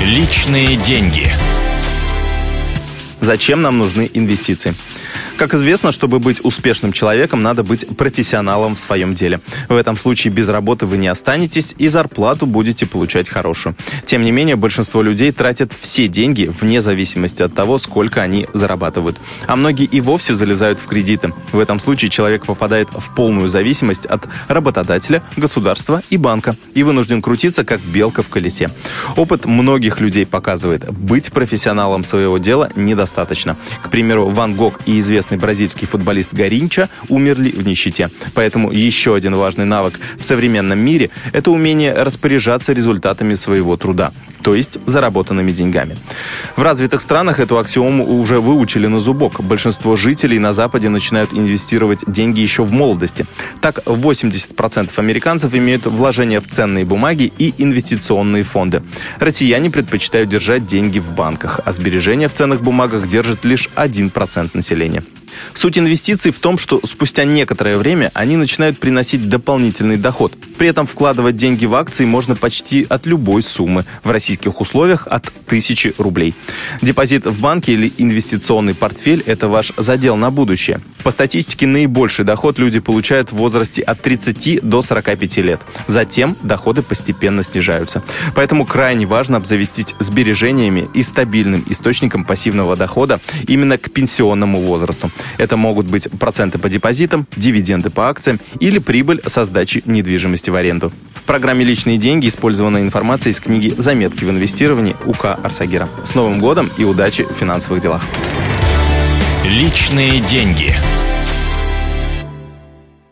Личные деньги. Зачем нам нужны инвестиции? Как известно, чтобы быть успешным человеком, надо быть профессионалом в своем деле. В этом случае без работы вы не останетесь и зарплату будете получать хорошую. Тем не менее, большинство людей тратят все деньги вне зависимости от того, сколько они зарабатывают. А многие и вовсе залезают в кредиты. В этом случае человек попадает в полную зависимость от работодателя, государства и банка и вынужден крутиться, как белка в колесе. Опыт многих людей показывает, быть профессионалом своего дела недостаточно. К примеру, Ван Гог и известный бразильский футболист Гаринча умерли в нищете. Поэтому еще один важный навык в современном мире – это умение распоряжаться результатами своего труда, то есть заработанными деньгами. В развитых странах эту аксиому уже выучили на зубок. Большинство жителей на Западе начинают инвестировать деньги еще в молодости. Так, 80% американцев имеют вложения в ценные бумаги и инвестиционные фонды. Россияне предпочитают держать деньги в банках, а сбережения в ценных бумагах держит лишь 1% населения. Суть инвестиций в том, что спустя некоторое время они начинают приносить дополнительный доход. При этом вкладывать деньги в акции можно почти от любой суммы, в российских условиях от 1000 рублей. Депозит в банке или инвестиционный портфель – это ваш задел на будущее. По статистике, наибольший доход люди получают в возрасте от 30 до 45 лет. Затем доходы постепенно снижаются. Поэтому крайне важно обзавестись сбережениями и стабильным источником пассивного дохода именно к пенсионному возрасту. Это могут быть проценты по депозитам, дивиденды по акциям или прибыль со сдачи недвижимости в аренду. В программе «Личные деньги» использована информация из книги «Заметки в инвестировании» УК Арсагира. С Новым годом и удачи в финансовых делах! Личные деньги.